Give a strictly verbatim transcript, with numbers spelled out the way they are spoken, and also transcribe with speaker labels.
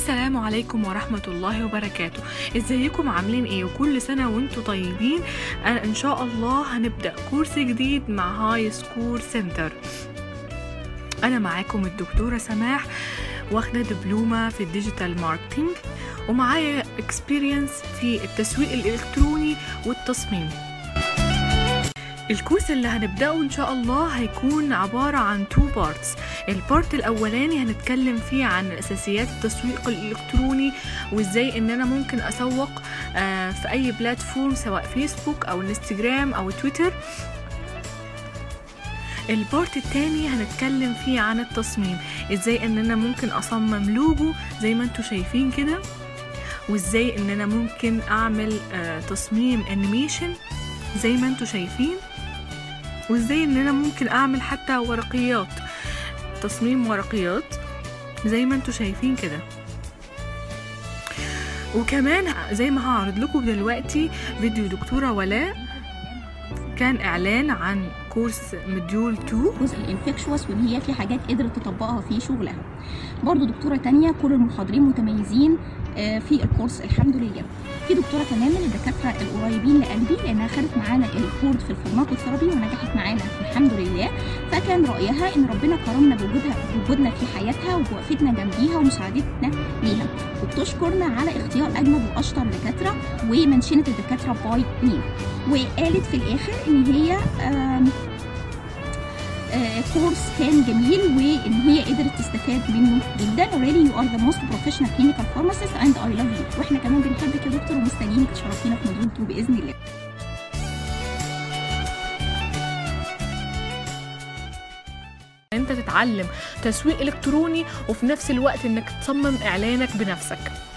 Speaker 1: السلام عليكم ورحمة الله وبركاته. ازيكم عاملين ايه؟ وكل سنة وانتم طيبين. أنا ان شاء الله هنبدأ كورس جديد مع هاي سكول سنتر. انا معاكم الدكتورة سماح، واخدة دبلومة في الديجيتال ماركتينج، ومعايا اكسبيرينس في التسويق الالكتروني والتصميم. الكورس اللي هنبدأه ان شاء الله هيكون عبارة عن تو بارتس. البارت الاولاني هنتكلم فيه عن اساسيات التسويق الالكتروني، وازاي ان انا ممكن اسوق في اي بلاتفورم سواء فيسبوك او انستجرام او تويتر. البارت الثاني هنتكلم فيه عن التصميم، ازاي ان انا ممكن اصمم لوجو زي ما انتم شايفين كده، وازاي ان انا ممكن اعمل تصميم انيميشن زي ما انتم شايفين، وازاي ان انا ممكن اعمل حتى ورقيات، تصميم ورقيات زي ما انتم شايفين كده. وكمان زي ما هعرض لكم دلوقتي فيديو دكتورة ولاء كان اعلان عن كورس مديول اتنين
Speaker 2: جزء الانفكشوس، وان هي في حاجات قدرت تطبقها في شغلها. برضو دكتوره تانية كل المحاضرين متميزين في الكورس الحمد لله. في دكتوره كمان من الدكاتره القريبين لقلبي، لانها خدت معانا الكورس في الفارماكوثيرابي ونجحت معانا الحمد لله. فكان رايها ان ربنا كرمنا بوجودها بوجودنا في حياتها وبوقفتنا جنبيها ومساعدتنا ليها، وبتشكرنا على اختيار اجمد واشطر دكاتره ومنشنه الدكاتره باي مي. وقالت في الاخر ان هي آه كورس كان جميل، وان هي قدرت تستفاد منه جدا. really you are the most professional clinical pharmacist and I love you. واحنا كمان بنحبك يا دكتور ومستنيينك تشرفينا في مديول اتنين باذن الله.
Speaker 1: انت تتعلم تسويق الكتروني وفي نفس الوقت انك تصمم اعلانك بنفسك.